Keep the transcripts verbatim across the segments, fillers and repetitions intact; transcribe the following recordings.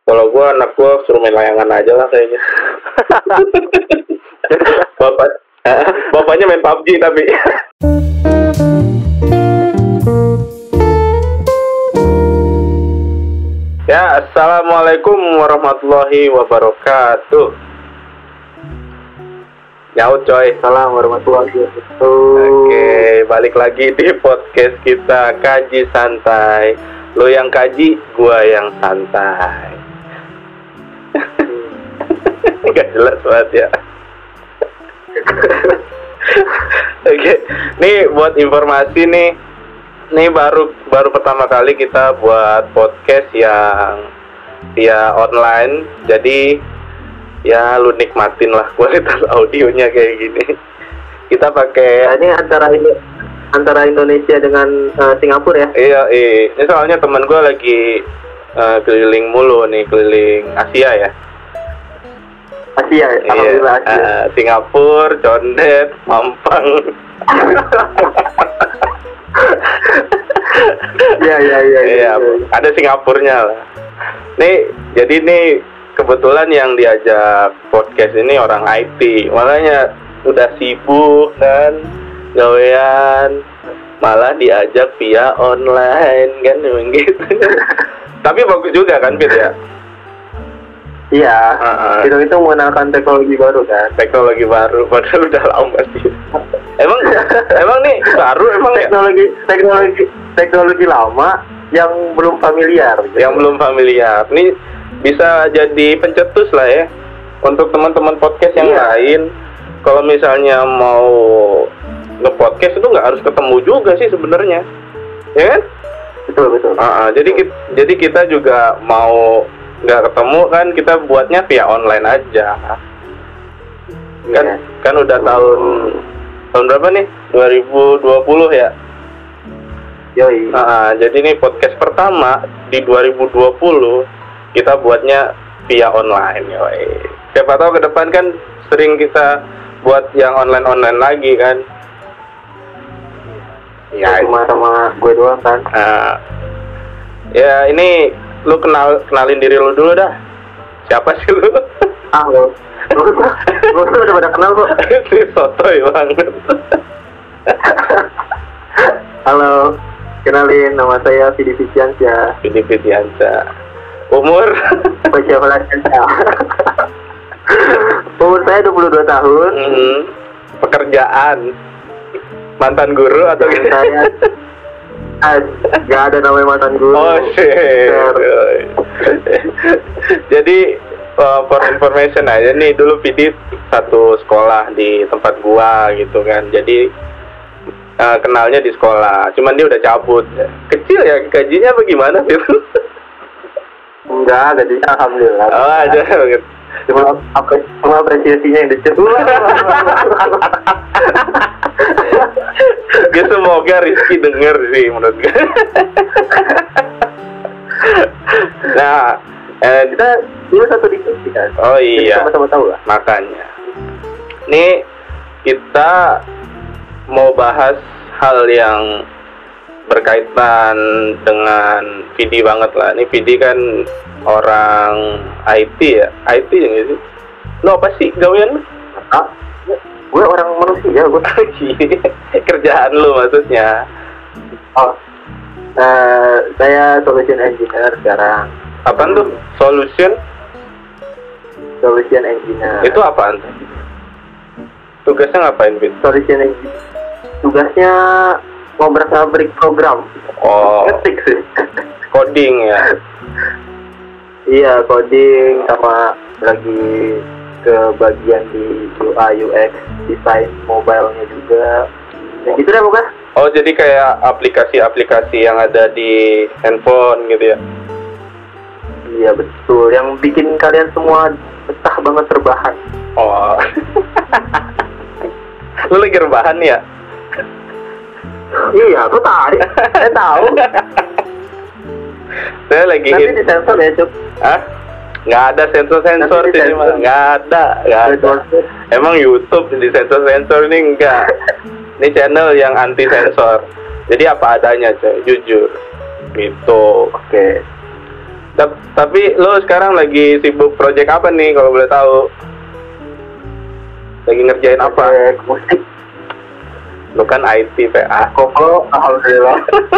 Kalau gue anak gue suruh main layangan aja lah kayaknya. Bapak, eh, bapaknya main P U B G tapi. Ya, assalamualaikum warahmatullahi wabarakatuh. Nyaut coy. Assalamualaikum warahmatullahi wabarakatuh. Oke, balik lagi di podcast kita Kaji Santai. Lo yang kaji, gua yang santai. Gak jelas banget ya. Oke, nih buat informasi nih, nih baru baru pertama kali kita buat podcast yang via online. Jadi ya lu nikmatin lah kualitas audionya kayak gini. Kita pakai. Nah, ini antara ini antara Indonesia dengan uh, Singapura ya? Iya, iya. Ini soalnya teman gue lagi uh, keliling mulu nih, keliling Asia ya. Asia, alhamdulillah iya, Asia. uh, Singapura, Condet, Mampang. Iya, iya, iya. Iya, ada Singapurnya lah. Nih, jadi nih kebetulan yang diajak podcast ini orang I T, makanya udah sibuk kan, gawean, malah diajak via online kan, memang gitu. Tapi bagus juga kan, Fit ya? Iya, Uh-uh. itu itu menggunakan teknologi baru kan? Teknologi baru, padahal udah lama sih. Emang, emang nih baru emang teknologi ya? teknologi teknologi lama yang belum familiar. Gitu. Yang belum familiar. Nih bisa jadi pencetus lah ya untuk teman-teman podcast yang iya. lain. Kalau misalnya mau nge-podcast itu nggak harus ketemu juga sih sebenarnya, ya kan? Betul betul. Uh-uh. Jadi kita, jadi kita juga mau nggak ketemu kan, kita buatnya via online aja. Kan Iya. kan udah tahun tahun berapa nih? dua ribu dua puluh ya. Yoi. Uh, jadi ini podcast pertama di dua ribu dua puluh kita buatnya via online. Yoi. Siapa tahu ke depan kan sering kita buat yang online-online lagi kan. Ya, cuma sama gue doang kan. Uh, ya ini lu kenal kenalin diri lu dulu dah. Siapa sih lu? Ah, lo. Lo tuh udah pada kenal kok. Si sotoy banget. Halo, kenalin nama saya Vidi Fidiansyah. Vidi Fidiansyah. Umur? Siapa lagi? Umur saya dua puluh dua tahun. Mm-hmm. Pekerjaan mantan guru atau Dan gitu? saya ah, gak ada namanya mantan guru. Oh shit. Jadi uh, for information aja nih, dulu Vidi satu sekolah di tempat gua gitu kan. Jadi uh, kenalnya di sekolah. Cuman dia udah cabut. Kecil ya gajinya bagaimana gitu? Enggak, gajinya alhamdulillah. Oh aja banget. Cuma apa cuma apresiasinya yang dicet. Gue semoga Rizky denger sih menurut gue. Nah, eh, Kita dulu satu divisi kan. oh iya, Sama-sama tahu lah. makanya. Nih kita mau bahas hal yang berkaitan dengan Vidi banget lah. Ini Vidi kan orang I T ya, I T yang gitu. Lo apa sih gawean lo? Ah, gue orang manusia, gue. Kerjaan lo maksudnya? Oh, uh, saya solution engineer sekarang. Apaan tuh? Solution? Solution engineer. Itu apaan? Tugasnya ngapain, Vidi? Solution engineer. Tugasnya ngobrak-ngabrik program. Oh, Ngetik sih. coding ya. Iya, coding sama lagi ke bagian di U I U X, desain mobile-nya juga. Ya gitu deh bukan? Oh, jadi kayak aplikasi-aplikasi yang ada di handphone gitu ya? Iya betul, yang bikin kalian semua betah banget rebahan. Oh. Lu lagi rebahan ya? Iya, aku tahu. Saya tahu. Saya lagi Nanti in... disensor ya, Cuk. Hah? Nggak ada sensor-sensor Nanti sini disensor. mah. Nggak ada, nggak ada. Emang YouTube di sensor-sensor ini enggak. Ini channel yang anti sensor. Jadi apa adanya, coy, jujur. Gitu. Oke. Tap- tapi lo sekarang lagi sibuk project apa nih kalau boleh tahu? Lagi ngerjain apa? Project musik. Lo kan I T P A. Koplo, alhamdulillah.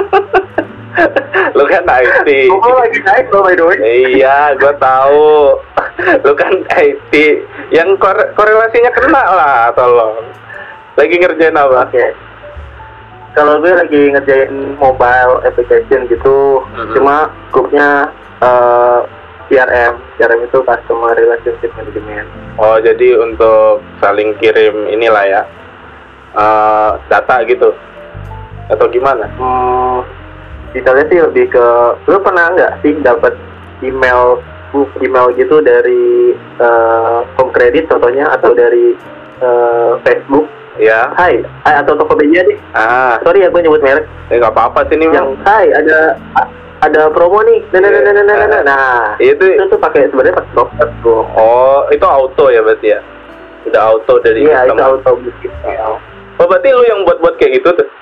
Lo kan I T. Koplo lagi naik loh by the way. Iya, gua tahu. Lo kan I T. Yang kore- korelasinya kena lah, tolong. Lagi ngerjain apa? Oke. Kalau gue lagi ngerjain mobile application gitu, Mhm. cuma grupnya eh, C R M. C R M itu Customer Relationship Management. Oh, jadi untuk saling kirim inilah ya. eh, data gitu. Atau gimana? Hmm, detailnya sih lebih ke, lu pernah nggak sih dapat email book email gitu dari eh, Home Credit contohnya atau dari eh, Facebook? Ya. Hai, hai atau Tokopedia deh. Ah, Sorry ya gue nyebut merek. eh nggak apa-apa sih nih, Yang Mang. hai ada ada promo nih. Nah, nah, nah, nah, nah, nah, nah. Nah, Itu itu tuh pakai sebenarnya pakai software tuh. oh, itu auto ya berarti ya? Udah auto dari Iya, itu customer. auto booking. Oh, berarti lu yang buat-buat kayak gitu tuh.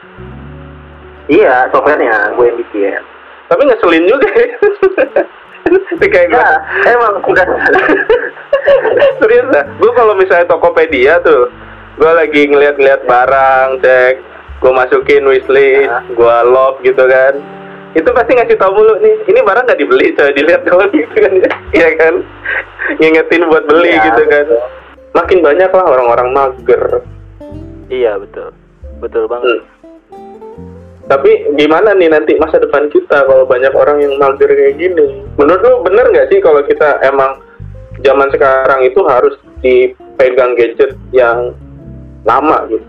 Iya, softwarenya gue yang bikin. Tapi ngeselin juga ya. Ini kayak gue. Ya, emang udah. Serius dah. Gue kalau misalnya Tokopedia tuh, gue lagi ngeliat-ngeliat barang, cek, gue masukin wishlist, Nah. gue log gitu kan. Itu pasti ngasih tau mulu nih, ini barang nggak dibeli, coy, dilihat doang gitu kan. Iya kan? Ngingetin buat beli Iya, gitu kan. betul. Makin banyak lah orang-orang mager. Iya, betul. Betul banget. Hmm. Tapi gimana nih nanti masa depan kita kalau banyak orang yang mager kayak gini? Menurut lu bener nggak sih kalau kita emang zaman sekarang itu harus dipegang gadget yang lama gitu?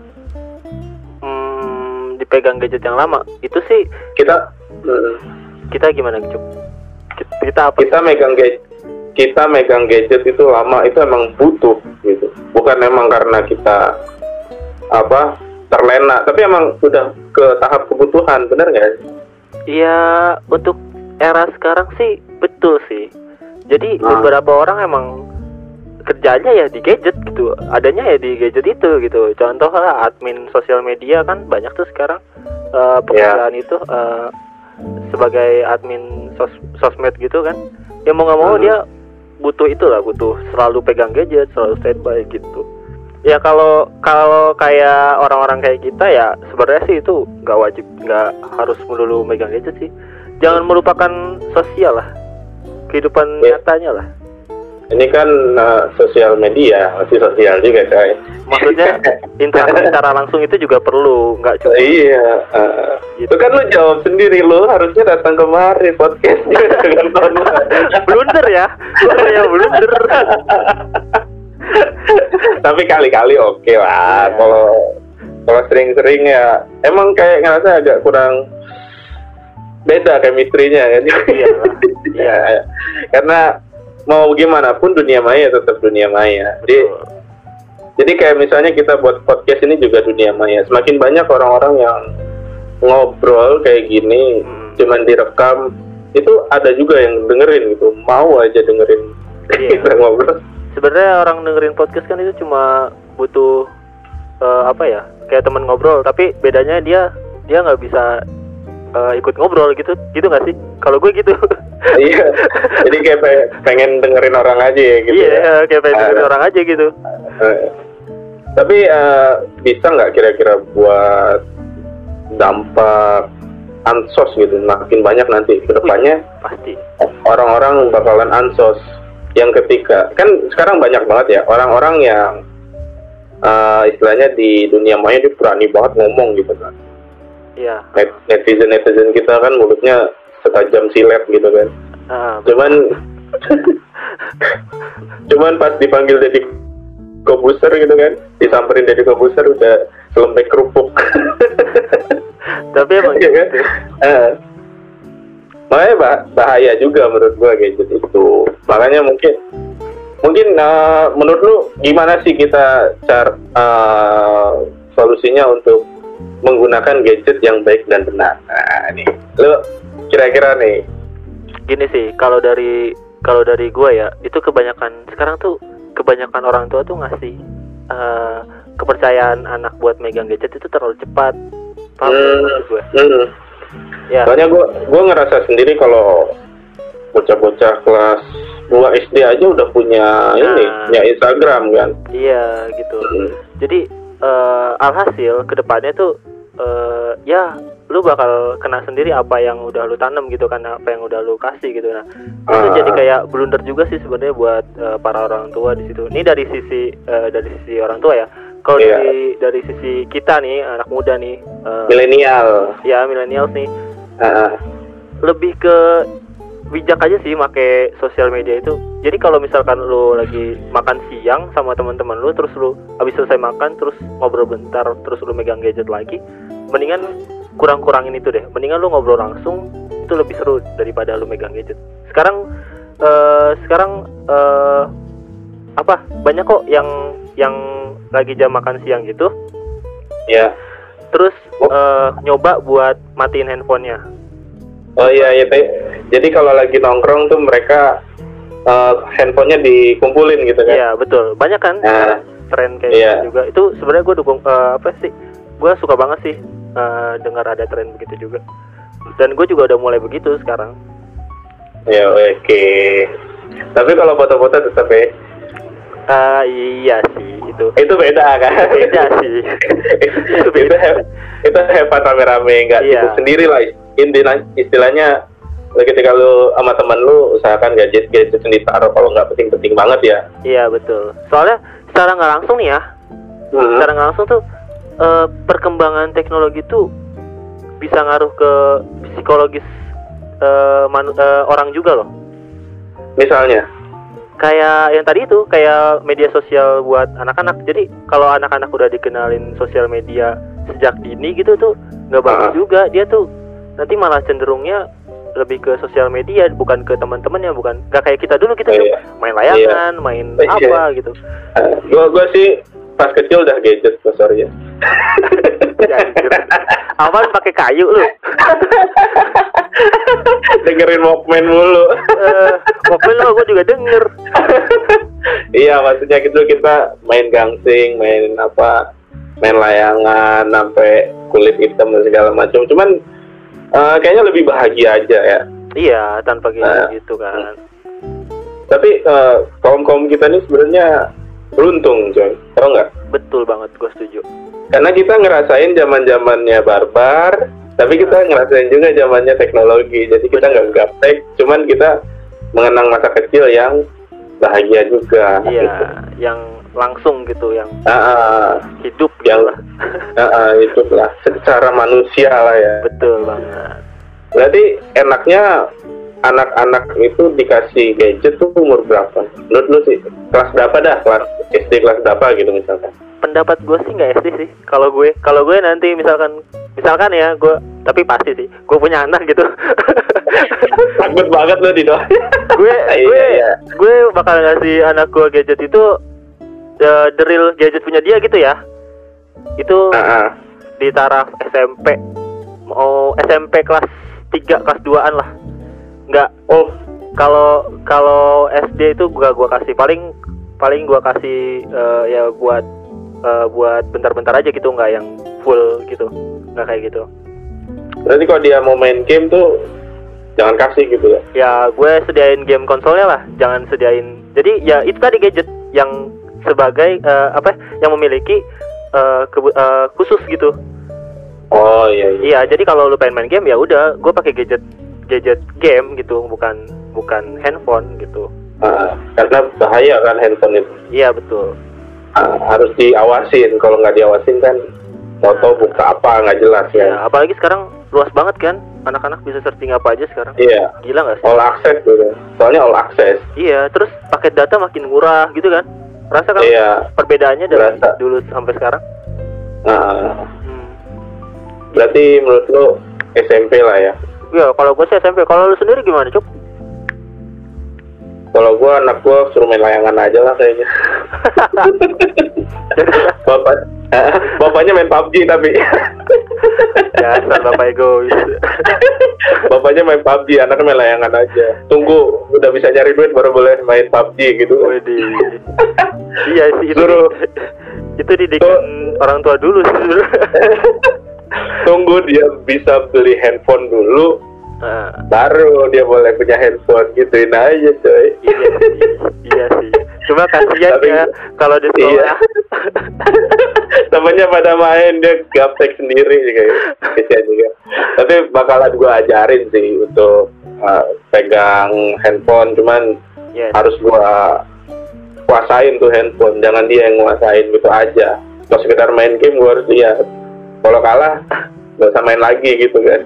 Hmm, dipegang gadget yang lama. Itu sih Kita hmm, kita gimana, Cuk? Kita, kita apa? kita megang gadget kita megang gadget itu lama itu emang butuh gitu. Bukan emang karena kita apa terlena, tapi emang udah ke tahap kebutuhan, bener nggak? Iya, untuk era sekarang sih betul sih. Jadi Ah. beberapa orang emang kerjanya ya di gadget gitu, adanya ya di gadget itu gitu. Contoh lah admin sosial media kan banyak tuh sekarang eh, pekerjaan itu eh, sebagai admin sos- sosmed gitu kan. Ya mau nggak mau Hmm. dia butuh itulah, butuh selalu pegang gadget, selalu standby gitu. Ya kalau kalau kayak orang-orang kayak kita ya sebenarnya sih itu nggak wajib, nggak harus melulu megang gadget sih. Jangan melupakan sosial lah, kehidupan Ya. nyatanya lah. Ini kan uh, sosial media, masih sosial juga, coy. Maksudnya interaksi secara langsung itu juga perlu, nggak cuma. Iya, uh, Gitu. itu kan lu jawab sendiri, lu harusnya datang kemari podcastnya dengan online. Blunder ya, ya blunder. Tapi kali-kali oke lah. Iya. Kalau kalau sering-sering ya, emang kayak ngerasa agak kurang beda chemistry-nya kan. Iya lah. Iya. Karena mau gimana pun dunia maya tetap dunia maya. Jadi Betul. jadi kayak misalnya kita buat podcast ini juga dunia maya. Semakin banyak orang-orang yang ngobrol kayak gini, Hmm. cuman direkam, itu ada juga yang dengerin gitu, mau aja dengerin Iya. kita ngobrol. Sebenarnya orang dengerin podcast kan itu cuma butuh eh, apa ya, kayak teman ngobrol, tapi bedanya dia dia nggak bisa eh, ikut ngobrol gitu, gitu nggak sih? Kalau gue gitu. Iya, jadi kayak pe- pengen dengerin orang aja ya gitu. Iya, ya. kayak pengen dengerin Ah. orang aja gitu. Eh, tapi eh, bisa nggak kira-kira buat dampak ansos gitu, makin banyak nanti kedepannya Pasti. orang-orang bakalan ansos. Yang ketiga, kan sekarang banyak banget ya orang-orang yang uh, istilahnya di dunia maya dia berani banget ngomong gitu kan. Iya. Net- Netizen-netizen kita kan mulutnya setajam silet gitu kan. Ah, Cuman cuman pas dipanggil Deddy Kobuser gitu kan, disamperin Deddy Kobuser udah selembek kerupuk. tapi emang Iya kan? gitu. Eh, makanya bah- bahaya juga menurut gua gadget itu. Makanya mungkin mungkin eh, menurut lu gimana sih kita cara eh, solusinya untuk menggunakan gadget yang baik dan benar? Nah, ini lu kira-kira nih. Gini sih, kalau dari kalau dari gue ya, itu kebanyakan sekarang tuh kebanyakan orang tua tuh ngasih eh, kepercayaan anak buat megang gadget itu terlalu cepat. Paham Hmm. maksud gue? Hmm. Ya. Soalnya gua gua ngerasa sendiri kalau bocah-bocah kelas dua S D aja udah punya Nah. ini, punya Instagram kan. Iya gitu. Hmm. Jadi eh, alhasil kedepannya tuh eh, ya lu bakal kena sendiri apa yang udah lu tanam gitu kan, apa yang udah lu kasih gitu. Nah itu Ah. jadi kayak blunder juga sih sebenarnya buat eh, para orang tua di situ. Ini dari sisi eh, dari sisi orang tua ya. Kalau Iya. dari dari sisi kita nih anak muda nih, eh, Milenial. ya millennials nih, Ah, lebih ke bijak aja sih make sosial media itu. Jadi kalau misalkan lu lagi makan siang sama teman-teman lu, terus lu habis selesai makan terus ngobrol bentar, terus lu megang gadget lagi, mendingan kurang-kurangin itu deh. Mendingan lu ngobrol langsung, itu lebih seru daripada lu megang gadget. Sekarang eh, sekarang eh, apa banyak kok yang yang lagi jam makan siang gitu, ya. terus Oh. eh, nyoba buat matiin handphonenya. Oh iya, iya. Teh. Jadi kalau lagi nongkrong tuh mereka eh, handphonenya dikumpulin gitu kan? Iya betul, banyak kan Nah, tren kayak iya. gitu juga. Itu sebenarnya gue dukung eh, apa sih? Gue suka banget sih eh, dengar ada tren begitu juga. Dan gue juga udah mulai begitu sekarang. Ya oke. Tapi kalau foto-foto tetap ya. Eh, iya sih itu. Itu beda kan? Beda sih. itu beda. Itu hebat rame-rame, nggak Iya. sibuk sendiri lah. Intinya istilahnya ketika lu sama temen lu usahakan gadget gadget yang ditaruh kalau nggak penting-penting banget ya. Iya betul. Soalnya secara nggak langsung nih ya, Hmm. secara nggak langsung tuh eh, perkembangan teknologi tuh bisa ngaruh ke psikologis eh, manu- eh, orang juga loh. Misalnya, Kayak yang tadi itu, kayak media sosial buat anak-anak. Jadi kalau anak-anak udah dikenalin sosial media sejak dini gitu tuh nggak bagus Ah. juga. Dia tuh nanti malah cenderungnya lebih ke sosial media, bukan ke teman-temannya, bukan nggak kayak kita dulu kita Oh, tuh iya. main layangan, main Iya. apa gitu. gue gue sih pas kecil udah gadget, oh, sorry ya. Ya, anjir. Apaan pakai kayu lu? Dengerin Walkman mulu. Eh, waktu lu gue juga denger. Iya, maksudnya gitu kita main gangsing, main apa, main layangan sampai kulit hitam dan segala macam. Cuman eh, kayaknya lebih bahagia aja ya. Iya, tanpa gitu, Nah. gitu kan. Tapi eh, kaum-kaum kita nih sebenarnya beruntung, coy. Tahu nggak? Betul banget, gue setuju. Karena kita ngerasain zaman-zamannya barbar, tapi kita ngerasain juga zamannya teknologi. Jadi kita nggak gaptek, cuman kita mengenang masa kecil yang bahagia juga. Iya, gitu. yang langsung gitu, yang Ah, ah, hidup gitu yang lah. ah, ah, itulah secara manusia lah ya. Betul banget. Berarti enaknya anak-anak itu dikasih gadget tuh umur berapa? Menurut lu sih kelas berapa dah? Kelas S D kelas berapa gitu misalkan? Pendapat gue sih nggak S D sih. Kalau gue, kalau gue nanti misalkan, misalkan ya gue, tapi pasti sih, gue punya anak gitu. Takut banget lu di doa. gue, Iya, gue, iya. gue bakal ngasih anak gue gadget itu, uh, the real gadget punya dia gitu ya. Itu Ah, ah. di taraf S M P, mau S M P kelas tiga, kelas duaan lah. Nggak, Oh, kalau kalau S D itu gua gua kasih paling paling gua kasih eh, ya buat eh, buat bentar-bentar aja gitu, nggak yang full gitu, nggak kayak gitu. berarti kalau dia mau main game tuh jangan kasih gitu ya? Ya gue sediain game konsolnya lah, jangan sediain. Jadi ya itu tadi gadget yang sebagai eh, apa yang memiliki eh, kebu- eh, khusus gitu. Oh iya iya. Iya, jadi kalau lu pengen main game ya udah, gue pakai gadget gadget game gitu, bukan bukan handphone gitu. Ah, karena bahaya kan handphone itu. Iya betul. Ah, harus diawasin. Kalau nggak diawasin kan foto buka apa nggak jelas Ya, ya. apalagi sekarang luas banget kan, anak-anak bisa searching apa aja sekarang. Iya. Gila nggak sih? All access gitu. Soalnya all access. Iya, terus paket data makin murah gitu kan? Rasa kan Iya. perbedaannya dari Berasa. dulu sampai sekarang? Nah, Hmm. berarti menurut lo S M P lah ya. Ya, kalau gue sih S M P. Kalau lu sendiri gimana, Cuk? Kalau gua anak gua suruh main layangan aja lah kayaknya. Bapak, bapaknya main P U B G tapi. Dasar bapak egois. Bapaknya main P U B G, anaknya main layangan aja. Tunggu udah bisa nyari duit baru boleh main P U B G gitu. Widih. Iya sih itu. Suruh. Itu didikan orang tua dulu sih. Tunggu dia bisa beli handphone dulu, Uh, baru dia boleh punya handphone, gituin aja coy. iya sih, iya sih. Cuma kasihan Tapi- ya kalau di sekolah. Iya. Temennya pada main, dia gaptek sendiri juga ya. Kasihan juga. Tapi bakalan gue ajarin sih untuk uh, pegang handphone, cuman Yes. harus gue kuasain tuh handphone, jangan dia yang nguasain gitu aja. Kalau sekedar main game gue harus lihat, kalau kalah gak usah main lagi gitu kan.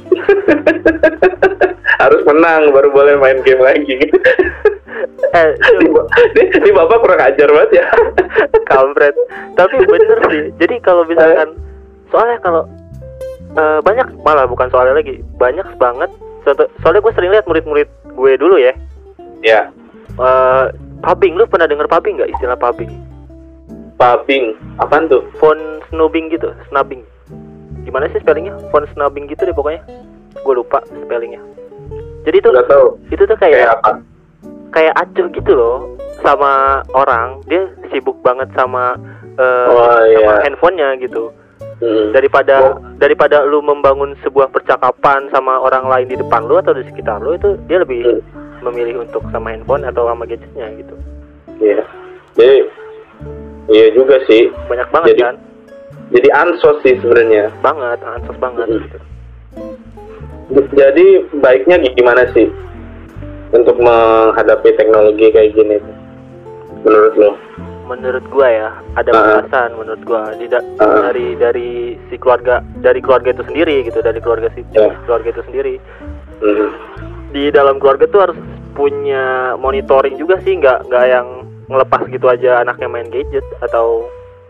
Harus menang baru boleh main game lagi gitu. Eh, Ini, ini, ini bapak kurang ajar banget ya. kampret. Tapi bener sih. Jadi kalau misalkan soalnya kalau eh, banyak malah bukan soalnya lagi, banyak banget. Soalnya, soalnya gue sering lihat murid-murid gue dulu ya. Ya, Eh, pubbing, lu pernah denger pubbing nggak istilah pubbing? pubbing, apaan tuh? Phone snubbing gitu, snubbing. Gimana sih spellingnya? Phone snubbing gitu deh pokoknya. Gue lupa spellingnya. Jadi itu Gak tahu. itu tuh Kayak kayak apa? kayak acuh gitu loh sama orang. Dia sibuk banget sama eh, Oh, sama iya. handphonenya gitu. Hmm. Daripada Oh. daripada lu membangun sebuah percakapan sama orang lain di depan lu atau di sekitar lu, itu dia lebih Hmm. memilih untuk sama handphone atau sama gadgetnya gitu. Iya. Jadi, iya juga sih. Banyak banget Jadi- kan? Jadi ansos sih sebenarnya. Banget, ansos banget Hmm. gitu. Jadi baiknya gimana sih untuk menghadapi teknologi kayak gini menurut lo? Menurut gua ya, ada Ah. batasan menurut gua di da- Ah. dari dari si keluarga dari keluarga itu sendiri gitu, dari keluarga si Ya. keluarga itu sendiri. Hmm. Di dalam keluarga tuh harus punya monitoring juga sih, nggak nggak yang ngelepas gitu aja anaknya main gadget atau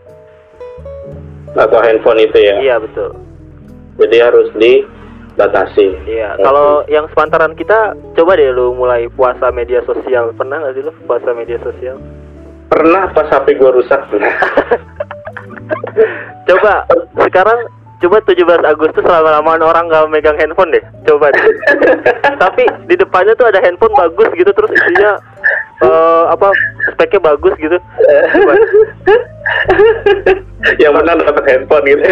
Atau handphone itu ya. iya betul. Jadi harus dibatasi. Iya, Oke. kalau yang sepantaran kita, coba deh lu mulai puasa media sosial. Pernah nggak sih lu puasa media sosial? Pernah pas H P gue rusak. Coba sekarang, coba tujuh belas Agustus lama-lamaan orang nggak megang handphone deh. Coba deh. Tapi di depannya tuh ada handphone bagus gitu, terus isinya eh, apa speknya bagus gitu. Coba. Yang menang dapat handphone gitu.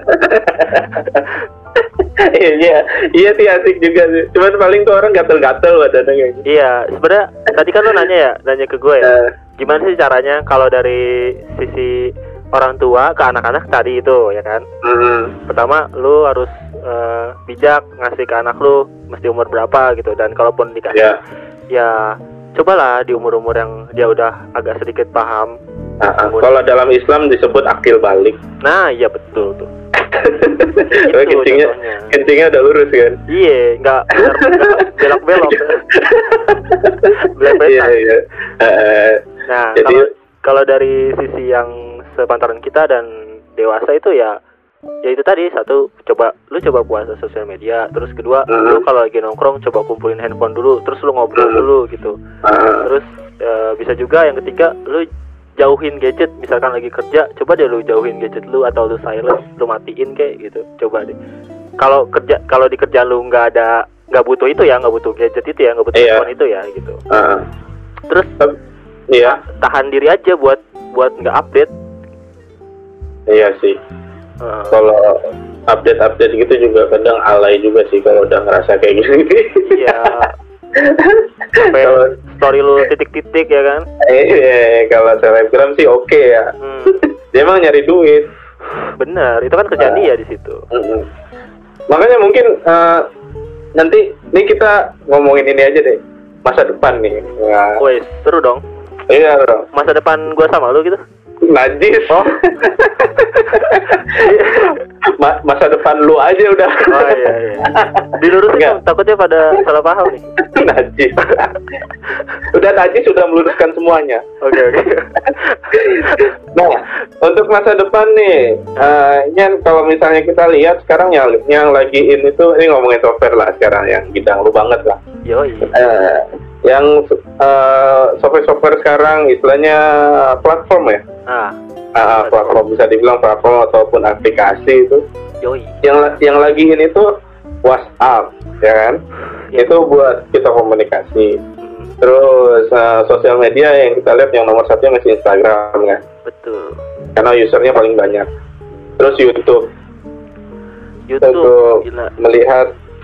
Iya, iya, iya sih asik juga sih. Cuman paling tuh orang gatel-gatel badannya kayak gitu. Iya, sebenarnya tadi kan lu nanya ya, nanya ke gue ya. Eh, Gimana sih caranya kalau dari sisi orang tua ke anak-anak tadi itu, ya kan? hmm. Pertama, lu harus eh, bijak ngasih ke anak lu mesti umur berapa gitu, dan kalaupun dikasih Ya. ya cobalah di umur-umur yang dia udah agak sedikit paham. Ah, ah. Kalau dalam Islam disebut akil balik. Nah, iya betul tuh. Soalnya Itu kencingnya, contohnya. kencingnya udah lurus kan? Iya, nggak benar- nggak belok-belok. Belepetan. Iya, iya. Eh, Nah, Jadi- kalau kalau dari sisi yang sepantaran kita dan dewasa itu ya, ya itu tadi, satu, coba lu coba puasa sosial media, terus kedua, Mhm. lu kalau lagi nongkrong coba kumpulin handphone dulu, terus lu ngobrol Mhm. dulu gitu. ah, Terus eh, bisa juga yang ketiga, lu jauhin gadget, misalkan lagi kerja, coba deh lu jauhin gadget lu atau lu silent, lu matiin kayak gitu, coba deh. Kalau kerja, kalau di kerjaan lu nggak ada, nggak butuh itu ya, nggak butuh gadget itu ya, nggak butuh Iya. handphone itu ya gitu. ah. Terus Iya, tahan diri aja buat buat nggak update. iya sih. Eh, Kalau update-update gitu juga kadang alay juga sih kalau udah ngerasa kayak gini. Iya. Sampai Kalau story lu titik-titik ya kan. eh, kalau selebgram sih oke ya. Hmm, Dia emang nyari duit. bener, itu kan kerjaan Ah. dia di situ. Mm-mm. Makanya mungkin eh, nanti nih kita ngomongin ini aja deh, masa depan nih. Nah, Woi, seru dong. iya dong. Masa depan gua sama lu gitu. Najis. Oh. Ma- masa depan lu aja udah. Oh iya iya. Dilurusin Enggak. dong, takutnya pada salah paham nih. Najis. Udah najis sudah meluruskan semuanya. Oke oke. Nah, untuk masa depan nih, eh, ini kan kalau misalnya kita lihat sekarang yang yang lagi in itu, ini ngomongin software lah sekarang yang bidang lu banget lah. Yoi. Eh, yang eh, software-software sekarang istilahnya platform ya. Ah, Ah, platform bisa dibilang platform ataupun aplikasi itu. yoi. Yang la- yang lagi ini tuh WhatsApp, ya kan? Ya. Itu buat kita komunikasi. Hmm, Terus eh, sosial media yang kita lihat yang nomor satu masih Instagram kan, betul. karena usernya paling banyak. Terus YouTube YouTube untuk gila. melihat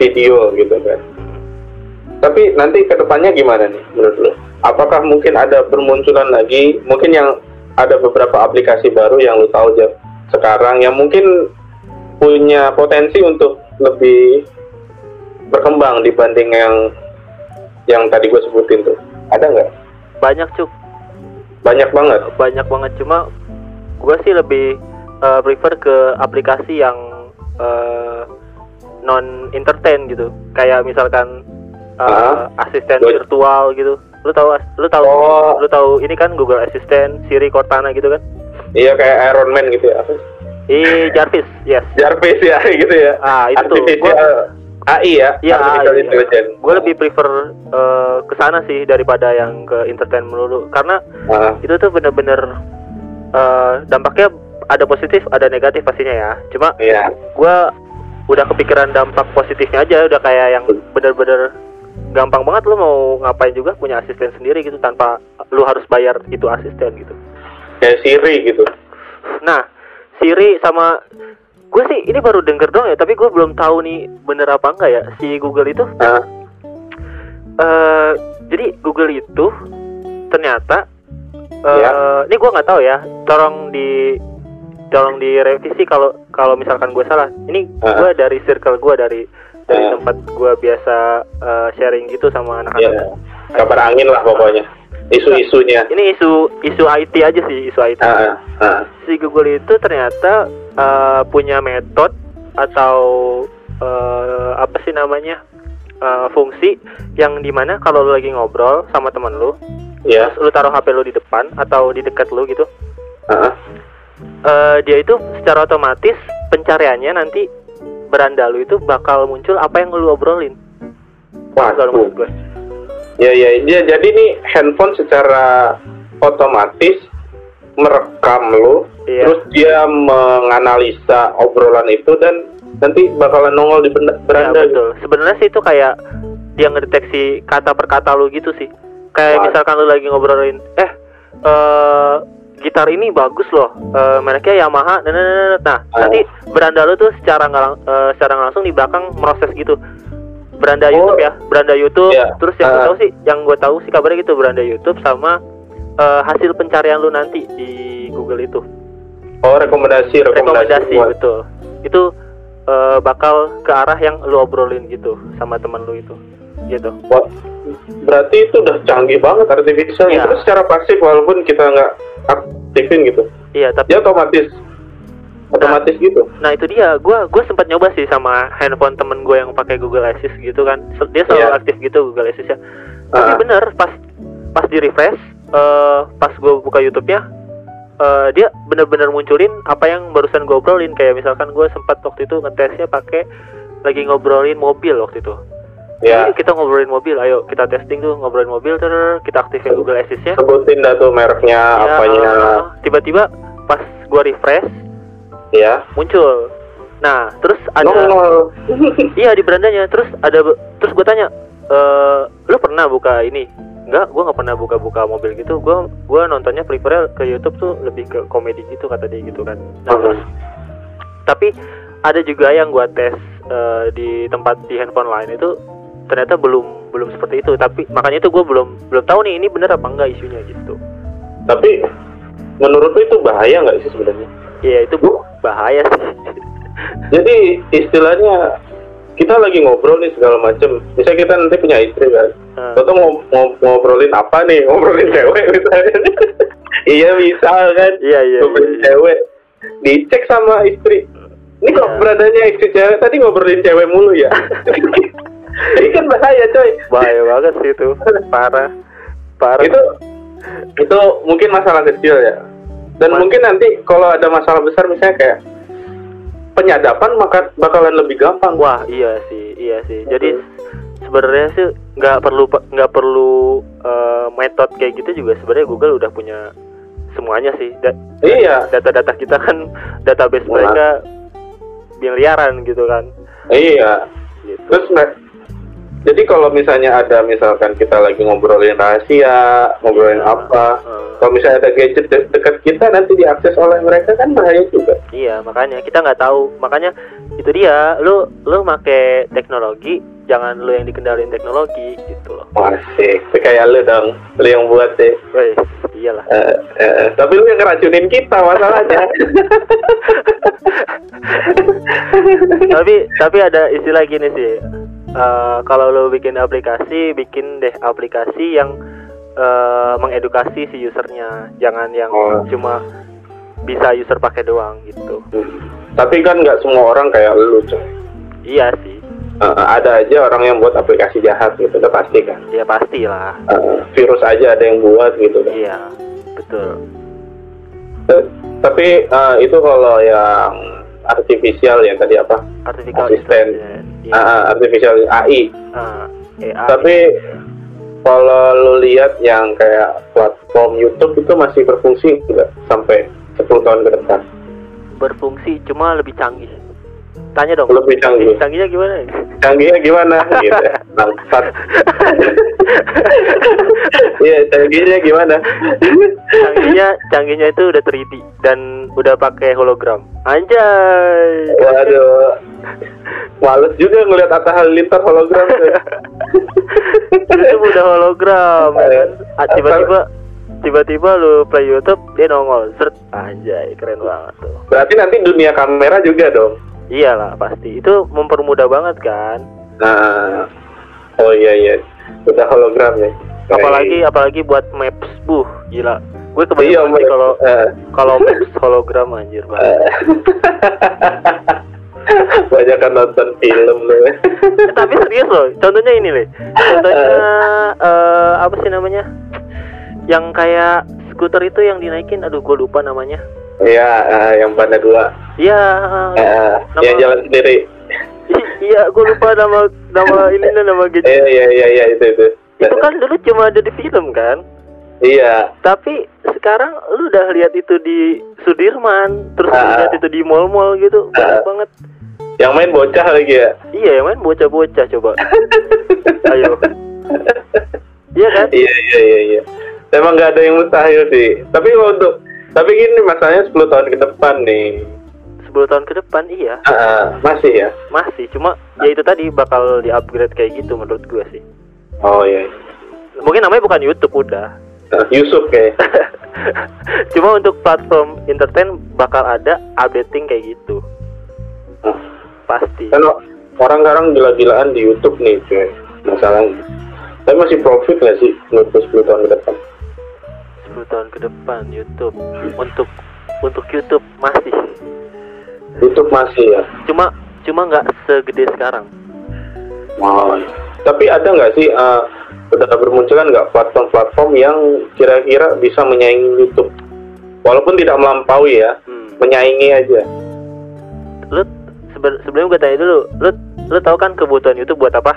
video gitu kan. Tapi nanti kedepannya gimana nih menurut lo? Apakah mungkin ada bermunculan lagi, mungkin yang ada beberapa aplikasi baru yang lo tahu aja sekarang yang mungkin punya potensi untuk lebih berkembang dibanding yang yang tadi gue sebutin tuh? Ada nggak? Banyak cuk. Banyak banget. Banyak banget, cuma gue sih lebih uh, prefer ke aplikasi yang uh, non entertain gitu, kayak misalkan uh, asisten Good. virtual gitu. Lu tahu lu tahu Oh. lu tahu ini kan Google Assistant, Siri, Cortana gitu kan? Iya, kayak Iron Man gitu ya. Apa? Ih, Jarvis, yes. Jarvis ya gitu ya. Ah, itu tuh. Artificial A I ya. Iya, Artificial iya. Intelligence. Gue lebih prefer uh, ke sana sih daripada yang ke entertain melulu, karena Ah, itu tuh bener-bener uh, dampaknya ada positif, ada negatif pastinya ya. Cuma iya. gue udah kepikiran dampak positifnya aja, udah kayak yang bener-bener gampang banget lu mau ngapain juga punya asisten sendiri gitu tanpa lu harus bayar itu asisten gitu. Kayak Siri gitu. Nah, Siri sama gue sih ini baru denger dong ya, tapi gue belum tahu nih bener apa enggak ya si Google itu. Ah, Uh, jadi Google itu ternyata uh, Ya. ini gue nggak tahu ya, tolong di tolong direvisi kalau kalau misalkan gue salah. Ini Ah. gue dari circle gue, dari dari Ah. tempat gue biasa uh, sharing gitu sama anak-anak. ya. Kabar angin lah pokoknya. Isu-isunya. Ini isu isu I T aja sih, isu I T. Ah, ah, ah. Si Google itu ternyata uh, punya metode atau uh, apa sih namanya, uh, fungsi yang dimana kalau lu lagi ngobrol sama teman lu, Ya. terus lu taruh H P lu di depan atau di dekat lu gitu, Ah, ah. uh, dia itu secara otomatis pencariannya nanti beranda lu itu bakal muncul apa yang lu obrolin. Wah, Kalau menurut gue. ya, ya, ya. Jadi nih handphone secara otomatis merekam lo, Iya. terus dia menganalisa obrolan itu dan nanti bakalan nongol di benda- Ya, beranda. gitu. betul. Sebenarnya sih itu kayak dia ngedeteksi kata per kata lu gitu sih. Kayak Wah. misalkan lu lagi ngobrolin, eh eh gitar ini bagus loh, eh, mereknya Yamaha. Nah, nah, nah, nah. Nah, Ah. nanti beranda lu tuh secara nggak lang- eh, secara nggak langsung di belakang proses gitu. Beranda Oh. YouTube ya, beranda YouTube. Iya. Terus yang gue Ah. tahu sih, yang gue tahu sih kabarnya gitu, beranda YouTube sama eh, hasil pencarian lu nanti di Google itu. Oh, rekomendasi, rekomendasi. Rekomendasi, betul. Itu eh, bakal ke arah yang lu obrolin gitu sama teman lu itu, gitu. Wah, berarti itu udah canggih banget artificial. Iya. Itu secara pasif walaupun kita nggak aktifin gitu. Iya, tapi Dia otomatis, otomatis gitu. nah itu dia, gue gue sempat nyoba sih sama handphone temen gue yang pakai Google Assist gitu kan. Se- Dia selalu Iya. aktif gitu Google Assist ya. Tapi Ah. bener pas pas di refresh, eh, pas gue buka YouTube-nya, eh, dia bener-bener munculin apa yang barusan gue obrolin. Kayak misalkan gue sempat waktu itu ngetesnya pakai lagi ngobrolin mobil waktu itu. Ya. Jadi kita ngobrolin mobil, ayo kita testing tuh ngobrolin mobil, terus kita aktifin Google Assist-nya. Sebutin dah tuh mereknya, Ya, apanya. eh, tiba-tiba pas gue refresh Ya. muncul. Nah, terus ada Nongol. iya di berandanya. Terus ada terus gue tanya, e, lu pernah buka ini? Enggak, gue nggak pernah buka-buka mobil gitu. Gue gue nontonnya prefer ke YouTube tuh lebih ke komedi gitu kata dia gitu kan. Nah, terus tapi ada juga yang gue tes eh, di tempat di handphone lain itu ternyata belum belum seperti itu. Tapi makanya itu gue belum belum tahu nih ini bener apa enggak isunya gitu. Tapi menurut lu itu bahaya nggak sih sebenarnya? Iya itu bahaya sih. Jadi istilahnya kita lagi ngobrol nih segala macem. Misalnya kita nanti punya istri kan, Hmm. atau ngob- ngob- ngobrolin apa nih? Ngobrolin cewek misalnya. Iya misal kan, Iya iya. ngobrolin iya. cewek, dicek sama istri. Ini kok Iya. beradanya istri cewek tadi ngobrolin cewek mulu ya? Ini kan bahaya coy. Bahaya banget sih itu, parah, parah. Itu itu mungkin masalah kecil ya. Dan Mas- mungkin nanti kalau ada masalah besar misalnya kayak penyadapan maka bakalan lebih gampang. Wah iya sih, iya sih. Jadi sebenarnya sih nggak perlu nggak perlu uh, metode kayak gitu juga. Sebenarnya Google udah punya semuanya sih. Da- Iya. Data-data kita kan database Wah. mereka miliaran gitu kan. Iya. Gitu. Terus Mbak, jadi kalau misalnya ada misalkan kita lagi ngobrolin rahasia, ngobrolin Iya. apa, Hmm. kalau misalnya ada gadget de- dekat kita nanti diakses oleh mereka kan bahaya juga. Iya makanya kita nggak tahu. Makanya itu dia, lu lu make teknologi, jangan lu yang dikendalin teknologi gitu loh. Masih, itu kayak lu dong, lu yang buat deh. Wih, iyalah. Uh, uh, tapi lu yang ngeracunin kita masalahnya. tapi tapi ada istilah gini sih. Uh, kalau lu bikin aplikasi, bikin deh aplikasi yang uh, mengedukasi si usernya, jangan yang oh. cuma bisa user pakai doang gitu. Hmm. Tapi kan nggak semua orang kayak lu, coy. Iya sih. Uh, ada aja orang yang buat aplikasi jahat gitu, udah pasti kan? Iya pastilah. Uh, virus aja ada yang buat gitu kan? Iya, betul. Uh, tapi uh, itu kalau yang artifisial yang tadi apa? Artificial asisten, ya. uh, artificial A I. Uh, A I. Tapi kalau lu lihat yang kayak platform YouTube itu masih berfungsi nggak sampai sepuluh tahun ke depan? Berfungsi, cuma lebih canggih. Tanya dong. Lebih canggih. Canggihnya gimana? Canggihnya gimana? Gitu. Nampak. Iya, canggihnya gimana? Canggihnya, canggihnya itu udah tiga D dan udah pakai hologram. Anjay. Waduh. Males juga ngeliat Atta Halilintar hologram tuh. Itu udah hologram kan. Tiba-tiba tiba-tiba lu play YouTube dia nongol, seret, anjay, keren banget tuh. Berarti nanti dunia kamera juga dong? Iyalah pasti, itu mempermudah banget kan. Nah, oh iya iya, udah hologram ya. Apalagi apalagi buat maps, buh, gila. Gue kebayang iya, kalau uh. kalau maps hologram anjir banget. Banyak kan nonton film loh. Eh, tapi serius loh, contohnya ini loh. Contohnya uh, apa sih namanya? Yang kayak skuter itu yang dinaikin, aduh gue lupa namanya. Iya, uh, yang pada dua. Iya. Uh, uh, nama... Yang jalan sendiri. Iya, gue lupa nama nama ini nama gitu. Iya iya iya iya itu itu. Itu kan dulu cuma ada di film kan? Iya. Tapi sekarang lu udah lihat itu di Sudirman, terus uh, lihat itu di mall-mall gitu, banyak uh, banget. Yang main bocah lagi ya? Iya, yang main bocah-bocah coba. Ayo. Iya kan? Iya iya iya iya. Emang nggak ada yang mustahil sih. Tapi untuk tapi gini masalahnya sepuluh tahun ke depan nih. sepuluh tahun ke depan iya. Uh, masih ya? Masih, cuma ya itu tadi bakal di-upgrade kayak gitu menurut gue sih. Oh iya. Mungkin namanya bukan YouTube udah. Uh, Yusuf kayak. Cuma untuk platform entertain bakal ada updating kayak gitu. Uh. Pasti. Kan orang sekarang gila-gilaan di YouTube nih, cuy. Masalahnya. Tapi masih profit nggak sih menurut sepuluh tahun ke depan? sepuluh tahun ke depan YouTube untuk untuk YouTube masih. YouTube masih ya. Cuma cuma nggak segede sekarang. Oh. Tapi ada nggak sih uh, udah bermunculan nggak platform-platform yang kira-kira bisa menyaingi YouTube? Walaupun tidak melampaui ya, hmm. menyaingi aja. Lu sebe- sebelum gue tanya dulu, lu lu tahu kan kebutuhan YouTube buat apa?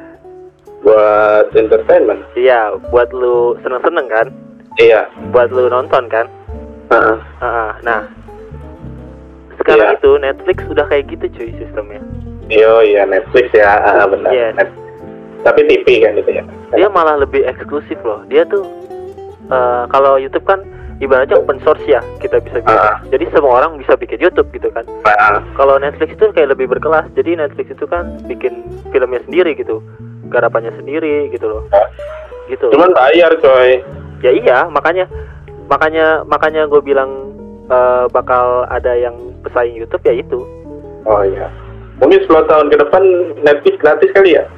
Buat entertainment. Iya, buat lu seneng-seneng kan? Iya. Buat lu nonton kan? Uh-uh. Uh-uh. Nah, sekarang iya. itu Netflix udah kayak gitu cuy sistemnya. Iya, iya Netflix ya, uh, benar. Yes. Net- Tapi T V kan gitu ya? Dia malah lebih eksklusif loh. Dia tuh uh, kalau YouTube kan ibaratnya open source ya, kita bisa bilang. Uh-uh. Jadi semua orang bisa bikin YouTube gitu kan. Uh-uh. Kalau Netflix itu kayak lebih berkelas. Jadi Netflix itu kan bikin filmnya sendiri gitu, garapannya sendiri gitu loh. Uh. Gitu. Cuman bayar coy. Ya iya, makanya makanya makanya gue bilang uh, bakal ada yang pesaing YouTube ya itu. Oh iya. Mungkin sepuluh tahun ke depan Netflix gratis kali ya?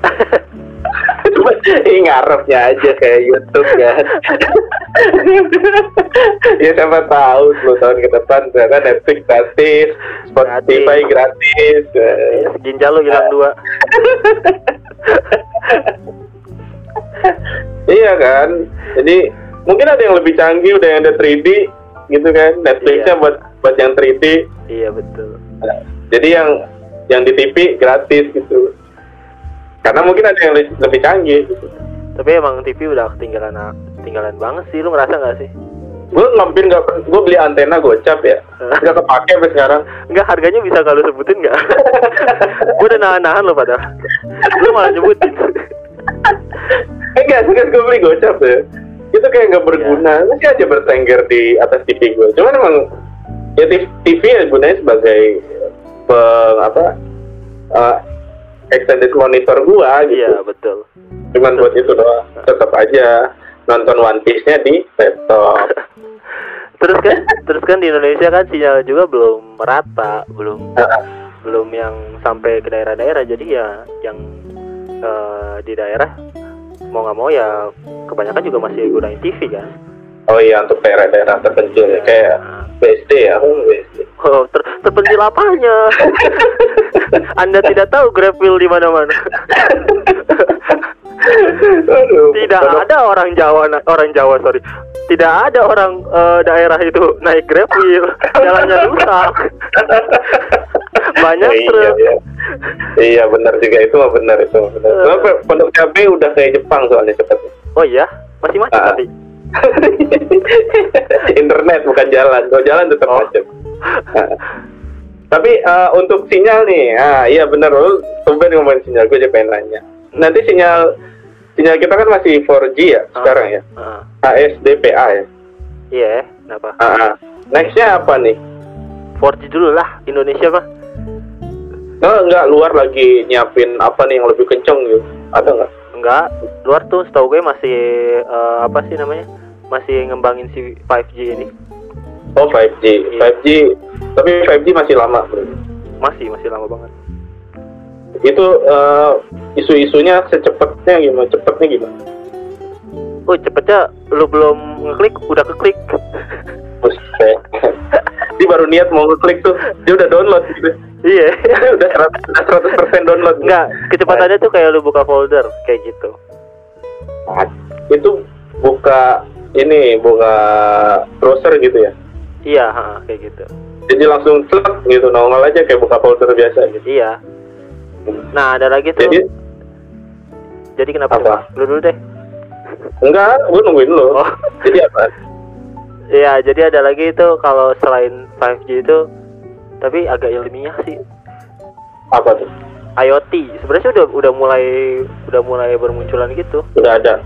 Cuma ini ngarepnya aja kayak YouTube kan. Ya siapa tahu sepuluh tahun ke depan ternyata Netflix gratis, Spotify gratis. Ya, ginjal lo hilang dua. Iya kan, jadi mungkin ada yang lebih canggih, udah yang ada tiga D gitu kan, Netflixnya iya. buat buat yang tiga D. Iya betul. Nah, jadi yang yang di T V gratis gitu, karena mungkin ada yang le- lebih canggih. Gitu. Tapi emang T V udah ketinggalan ketinggalan banget sih, lu ngerasa nggak sih? Gue ngampir nggak, gue beli antena gocap ya, nggak kepake sampai sekarang. Nggak, harganya bisa kalau sebutin nggak? Gue udah nahan-nahan lo padahal, lu malah nyebutin. Enggak, kan gue beli gocap ya. Itu kayak nggak berguna, ya. Masih aja bertengger di atas T V gue. Cuman emang ya T V ya gunanya sebagai peng, apa uh, extended monitor gua gitu. Iya betul. Cuman buat itu doang. Tetap aja nonton One Piece-nya di laptop. Terus kan, terus kan di Indonesia kan sinyal juga belum merata, belum belum yang sampai ke daerah-daerah. Jadi ya yang uh, di daerah mau nggak mau ya kebanyakan juga masih gunain T V kan. Oh iya, untuk daerah-daerah terpencil ya, kayak B S D ya, oh B S D. Oh, ter terpencil apanya? Anda tidak tahu Grabville di mana-mana. Aduh, Tidak aduh. ada orang Jawa, orang Jawa sorry. Tidak ada orang uh, daerah itu naik Grabville, jalannya rusak. Banyak iya, truk. iya. Iya benar juga, itu mah benar itu. Benar. Uh. Soalnya Pondok Cabe udah kayak Jepang soalnya cepatnya. Oh iya, masih macet Ah. tapi. Internet bukan jalan, kalau jalan tetap Oh. macet. Nah. Tapi uh, untuk sinyal nih, ah iya benar, lu tumben ngomongin sinyal, gue aja pengen nanya. Nanti sinyal sinyal kita kan masih four G ya Ah. sekarang ya, Ah. H S D P A ya. Iya, kenapa? Ah, ah. Nextnya apa nih? four G dulu lah Indonesia mah. Nah, enggak, luar lagi nyiapin apa nih yang lebih kenceng gitu? Ada nggak? Enggak, luar tuh setahu gue masih eh, apa sih namanya? Masih ngembangin si five G ini. Oh five G, Iya. five G, tapi five G masih lama bro. Masih, masih lama banget. Itu uh, isu-isunya secepatnya gimana? Cepatnya gimana? Oh, cepetnya lu belum ngeklik udah keklik. Buset. Dia baru niat mau ngeklik tuh, dia udah download gitu. Iya. udah seratus persen download. Enggak, kecepatannya tuh kayak lu buka folder kayak gitu. Nah, itu buka ini, buka browser gitu ya. Iya, ha, kayak gitu. Jadi langsung slek gitu, nongol aja kayak buka folder biasa gitu. Iya. Nah, ada lagi tuh. Jadi Jadi kenapa? Apa? Lu dulu deh. enggak, gue nungguin lu. Oh. Jadi apa? Iya, jadi ada lagi itu kalau selain five G itu tapi agak ilmiah sih. Apa tuh? IoT. Sebenarnya udah udah mulai udah mulai bermunculan gitu. Udah ada.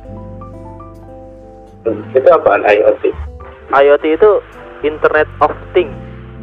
Hmm, itu apaan IoT? IoT itu Internet of Things.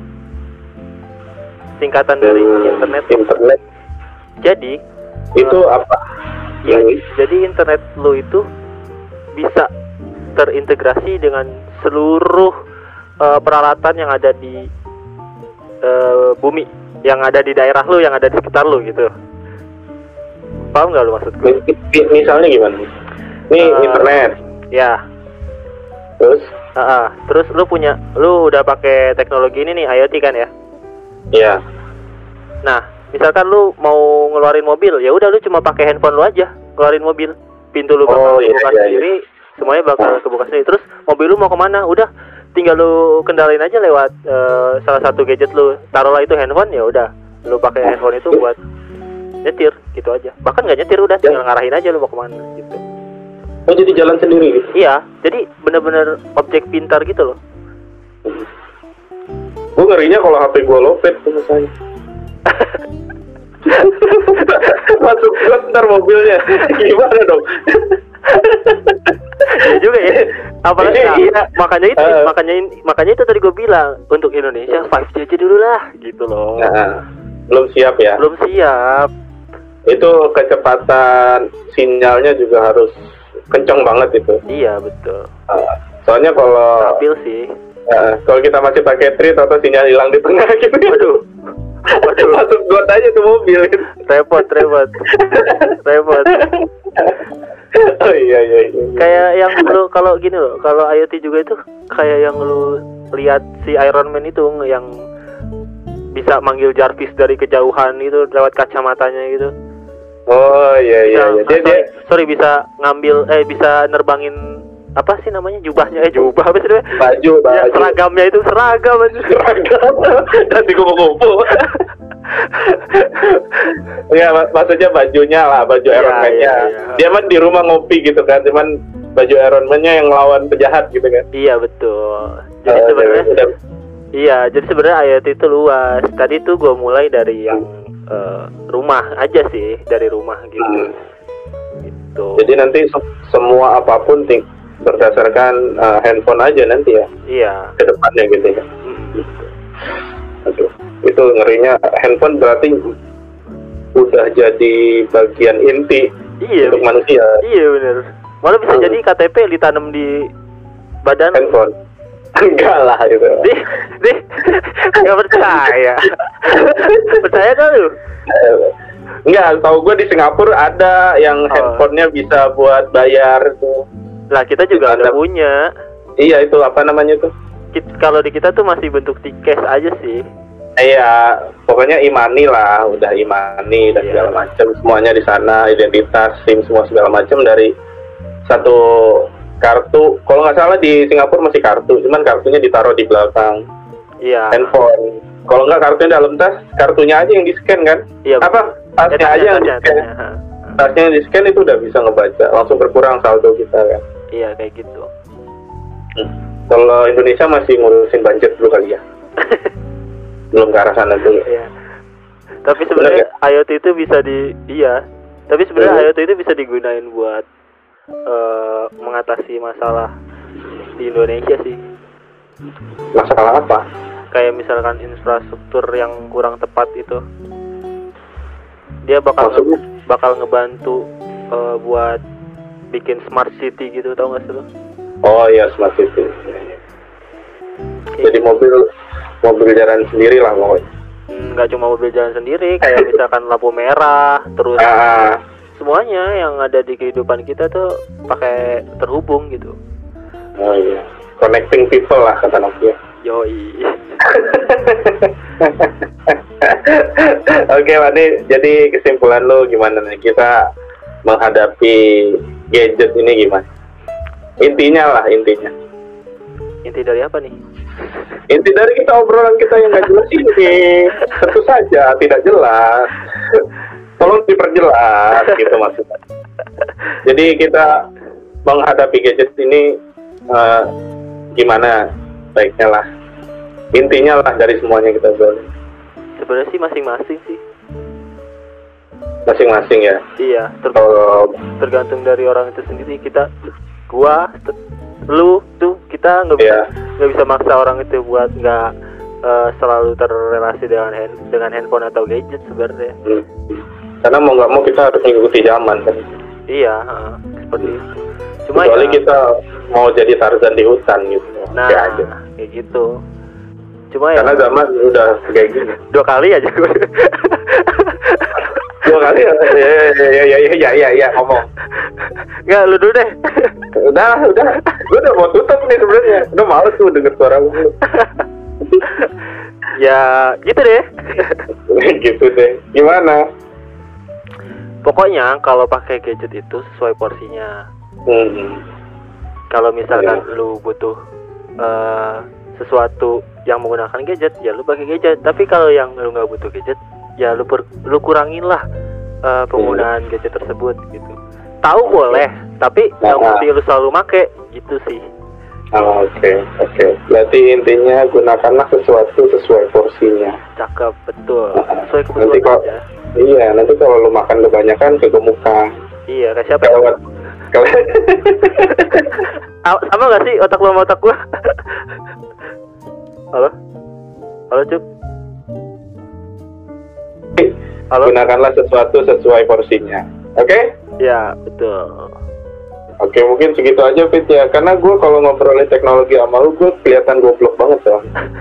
Singkatan dari Hmm, internet. Internet Jadi itu eh, apa? ya, Yang jadi internet lu itu bisa terintegrasi dengan seluruh eh, peralatan yang ada di eh, bumi, yang ada di daerah lu, yang ada di sekitar lu gitu. Paham nggak lu maksudku? mi- mi- misalnya gimana? Ini Eh, internet, Ya, terus ah, ah. Terus lu punya, lu udah pakai teknologi ini nih IoT kan ya? ya, Nah, misalkan lu mau ngeluarin mobil, ya udah lu cuma pakai handphone lu aja ngeluarin mobil. Pintu lu bakal Oh, iya, kebuka iya, iya. sendiri, semuanya bakal kebuka sendiri. Terus mobil lu mau kemana? Udah, tinggal lu kendalin aja lewat eh, salah satu gadget lu. Taruhlah itu handphone, ya udah, lu pakai handphone itu buat nyetir gitu aja. Bahkan nggak nyetir, udah tinggal ngarahin aja lu mau kemana gitu. oh jadi jalan sendiri gitu. Iya, jadi bener-bener objek pintar gitu loh. Gue ngerinya kalau H P gue lopet tuh misalnya. Masuk got ntar mobilnya, gimana dong? Ya juga ya. Apalagi nah, Iya. makanya itu, Uh. makanya makanya itu tadi gue bilang untuk Indonesia five G aja dulu lah gitu loh. Nah, belum siap ya. Belum siap. Itu kecepatan sinyalnya juga harus kencang banget itu. Iya betul. Uh, soalnya kalau Stabil sih. uh, kalau kita masih pakai treat atau sinyal hilang di tengah gitu, Waduh. Waduh. masuk got aja tuh mobil. Repot, repot. Repot. Oh iya iya. iya. Kayak yang lu kalau gini loh, kalau IoT juga itu kayak yang lu lihat si Iron Man itu yang bisa manggil Jarvis dari kejauhan itu lewat kacamatanya gitu. Oh iya iya. Bisa, iya. ah, Dia, dia, sorry, sorry bisa ngambil eh bisa nerbangin apa sih namanya jubahnya eh jubah apa sih namanya? baju baju. Ya, seragamnya itu seragam aja. Seragam. Dan dikumpul-kumpul. Ya mak- maksudnya bajunya lah, baju Iya, Iron Man-nya. iya, iya. Dia kan di rumah ngopi gitu kan, cuman baju Iron Man-nya yang lawan penjahat gitu kan. Iya betul. Jadi Eh, sebenarnya udah- iya, jadi sebenarnya IoT itu luas. Tadi tuh gue mulai dari yang eh, rumah aja sih, dari rumah gitu. Hmm. Gitu. Jadi nanti se- semua apapun ting- berdasarkan uh, handphone aja nanti ya Iya. ke depannya gitu ya. Mm, gitu. Aduh. Itu ngerinya handphone berarti udah jadi bagian inti iya, untuk manusia. Iya benar. Malah bisa hmm. jadi K T P ditanam di badan handphone. Enggak lah itu. Dih, dih, nggak percaya. Percaya kan lu? Enggak, tahu gue di Singapura ada yang oh. handphonenya bisa buat bayar tuh. Lah kita juga ada punya. Iya itu apa namanya tuh? Kalau di kita tuh masih bentuk tiket aja sih. Iya, pokoknya imani lah, udah imani dan yeah. segala macam, semuanya di sana, identitas, SIM semua segala macam dari satu kartu. Kalau nggak salah di Singapura masih kartu, cuman kartunya ditaruh di belakang yeah. handphone. Kalau nggak kartunya dalam tas, kartunya aja yang di scan kan? Iya. Yeah, apa? Tasnya aja yang di scan. Tasnya yang di scan itu udah bisa ngebaca, langsung berkurang saldo kita kan? Iya kayak gitu. Hmm. Kalau Indonesia masih ngurusin budget dulu kali ya. Belum ke arah sana dulu. Iya. Tapi sebenarnya IoT itu bisa di iya. Tapi sebenarnya hmm. IoT itu bisa digunain buat uh, mengatasi masalah di Indonesia sih. Masalah apa? Kayak misalkan infrastruktur yang kurang tepat itu. Dia bakal nge bakal ngebantu uh, buat bikin smart city gitu, tau gak sih lo? Oh iya, smart city. Jadi mobil mobil jalan sendiri lah pokoknya. Nggak cuma mobil jalan sendiri, kayak misalkan lampu merah, terus ah. semuanya yang ada di kehidupan kita tuh pakai terhubung gitu. Oh iya, connecting people lah kata Nokia. Yoi. Oke, Pak, nih, jadi kesimpulan lo gimana nih kita menghadapi gadget ini gimana? Intinya lah, intinya. Inti dari apa nih? Inti dari kita obrolan kita yang nggak jelas ini, tentu saja tidak jelas. Tolong diperjelas, gitu maksudnya. Jadi kita menghadapi gadget ini uh, gimana baiknya lah. Intinya lah dari semuanya kita obrolin. Sebenarnya sih masing-masing sih. Masing-masing ya. Iya. Tergantung, tergantung dari orang itu sendiri. Kita, gua, lu tuh kita nggak bisa nggak yeah. bisa maksa orang itu buat nggak uh, selalu terrelasi dengan hand, dengan handphone atau gadget sebenarnya. Hmm. Karena mau nggak mau kita harus mengikuti zaman kan. Iya, uh, seperti itu. Cuma kecuali ya, kita mau jadi Tarzan di hutan gitu. Nah, kayak, aja. kayak gitu. Cuma karena ya, zaman udah kayak gini. Dua kali aja gue. Dua kali ya, ya, ya, ya, ya, ya, ya, ya, ngomong. Nggak, lu dulu deh. Udah, udah. Gue udah mau tutup nih sebenarnya. Udah males tuh denger suara lu. Ya, gitu deh. Gitu deh. Gimana? Pokoknya kalau pakai gadget itu sesuai porsinya. Hmm. Kalau misalkan ya. lu butuh uh, sesuatu yang menggunakan gadget, ya lu pakai gadget. Tapi kalau yang lu nggak butuh gadget, ya lu per, lu kurangin lah uh, penggunaan hmm. gadget tersebut gitu. Tahu okay. boleh, tapi nggak nah, mesti lu selalu make gitu sih. Oh, oke, okay, oke. Okay. Berarti intinya gunakanlah sesuatu sesuai porsinya. Cakep, betul. Sesuai kebutuhan nanti kalau, aja. Iya, nanti kalau lu makan kebanyakan kegemukan. Iya, kayak siapa? Kalau sama nggak sih otak lu sama otak gua? Halo, halo Cuk. Halo. Gunakanlah sesuatu sesuai porsinya, oke? Okay? Ya, betul. Oke, mungkin segitu aja Fit ya. Karena gue kalau ngobrolin teknologi sama lu, gue kelihatan goblok banget soal.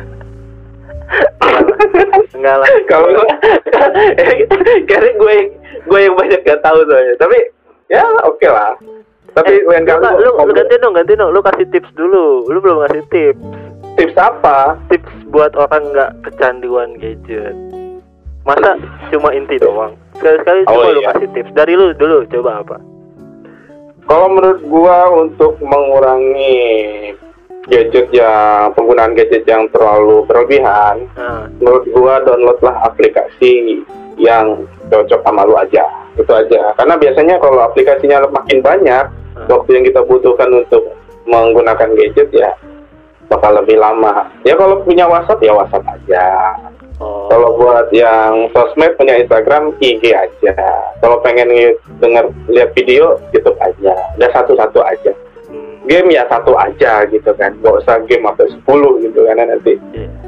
Enggak lah. Kalau karena gue gue yang banyak gak tahu soalnya. Tapi ya oke okay lah. Tapi eh, lain kali lu, lu, lu ganti dong, ganti dong. Lu kasih tips dulu. Lu belum kasih tips. Tips apa? Tips buat orang nggak kecanduan gadget. Masa cuma inti doang. Sekali-sekali oh, coba iya. lu kasih tips. Dari lu dulu, coba apa? Kalau menurut gua untuk mengurangi gadget yang penggunaan gadget yang terlalu berlebihan, hmm. menurut gua downloadlah aplikasi yang cocok sama lu aja. Itu aja. Karena biasanya kalau aplikasinya makin banyak, hmm. waktu yang kita butuhkan untuk menggunakan gadget ya bakal lebih lama. Ya kalau punya WhatsApp ya WhatsApp aja. Oh. Kalau buat yang sosmed punya Instagram, I G aja. Kalau pengen denger lihat video, YouTube aja. Udah satu-satu aja. Hmm. Game ya satu aja gitu kan. Gak usah game sampai sepuluh gitu kan nanti. Yeah.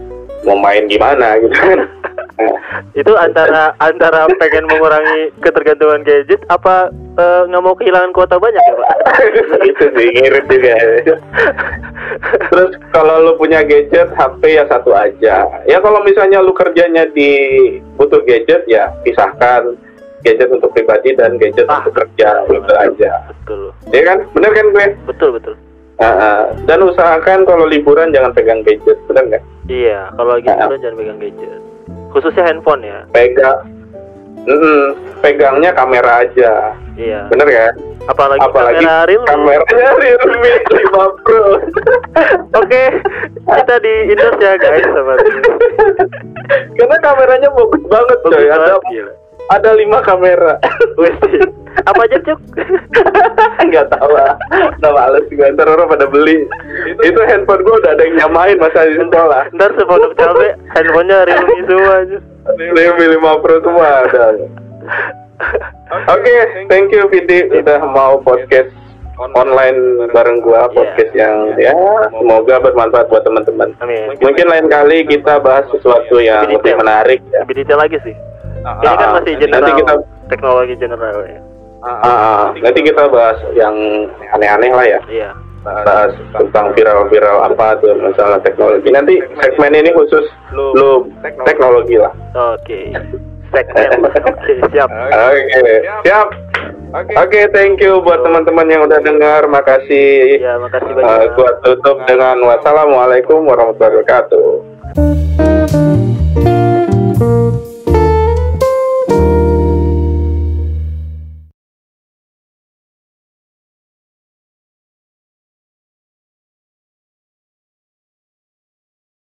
mau main gimana gitu kan. Itu antara antara pengen mengurangi ketergantungan gadget apa eh, nggak mau kehilangan kuota banyak ya Pak? Itu sih ngirit juga. Terus kalau lu punya gadget H P ya satu aja. Ya kalau misalnya lu kerjanya di butuh gadget ya pisahkan gadget untuk pribadi dan gadget Ah, untuk kerja gitu aja. Betul. Ya kan? Bener kan gue? Betul betul. Uh, dan usahakan kalau liburan jangan pegang gadget, bener nggak? Iya, kalau lagi liburan jangan pegang gadget. Khususnya handphone ya. Pegang, mm, pegangnya kamera aja, Iya. bener ya? Apalagi, Apalagi kamera Realme. kameranya Realme lima Pro. Oke, kita di endorse ya guys sama Realme. Karena kameranya bagus banget Bagus coy. Ada banget, gila. ada lima kamera. Wes. Apa aja cuk? Nggak tahu lah. Udah males juga. Ntar orang pada beli. Itu, itu handphone gue udah ada yang nyamain masa di sekolah. Ntar sepondok cabe handphonenya Realme semua aja. Realme lima Pro semua ada. Oke, okay, thank you Vidi udah mau podcast online bareng gua, podcast yang ya semoga bermanfaat buat teman-teman. Amin. Mungkin lain kali kita bahas sesuatu yang Lebih lebih detail. menarik ya. Lebih detail lagi sih. Ini kan Ah, masih nanti general, kita- teknologi general ya. Ah, ah, nanti kita bahas yang aneh-aneh lah ya. Iya. Bahas tentang viral-viral apa tuh masalah teknologi. Nanti segmen ini khusus lu teknologi lah. Oke. Segmen. Oke, siap. Oke, siap. Oke, thank you buat teman-teman yang udah dengar. Makasih. Ya, makasih Uh, banyak. gua tutup dengan wassalamualaikum warahmatullahi wabarakatuh.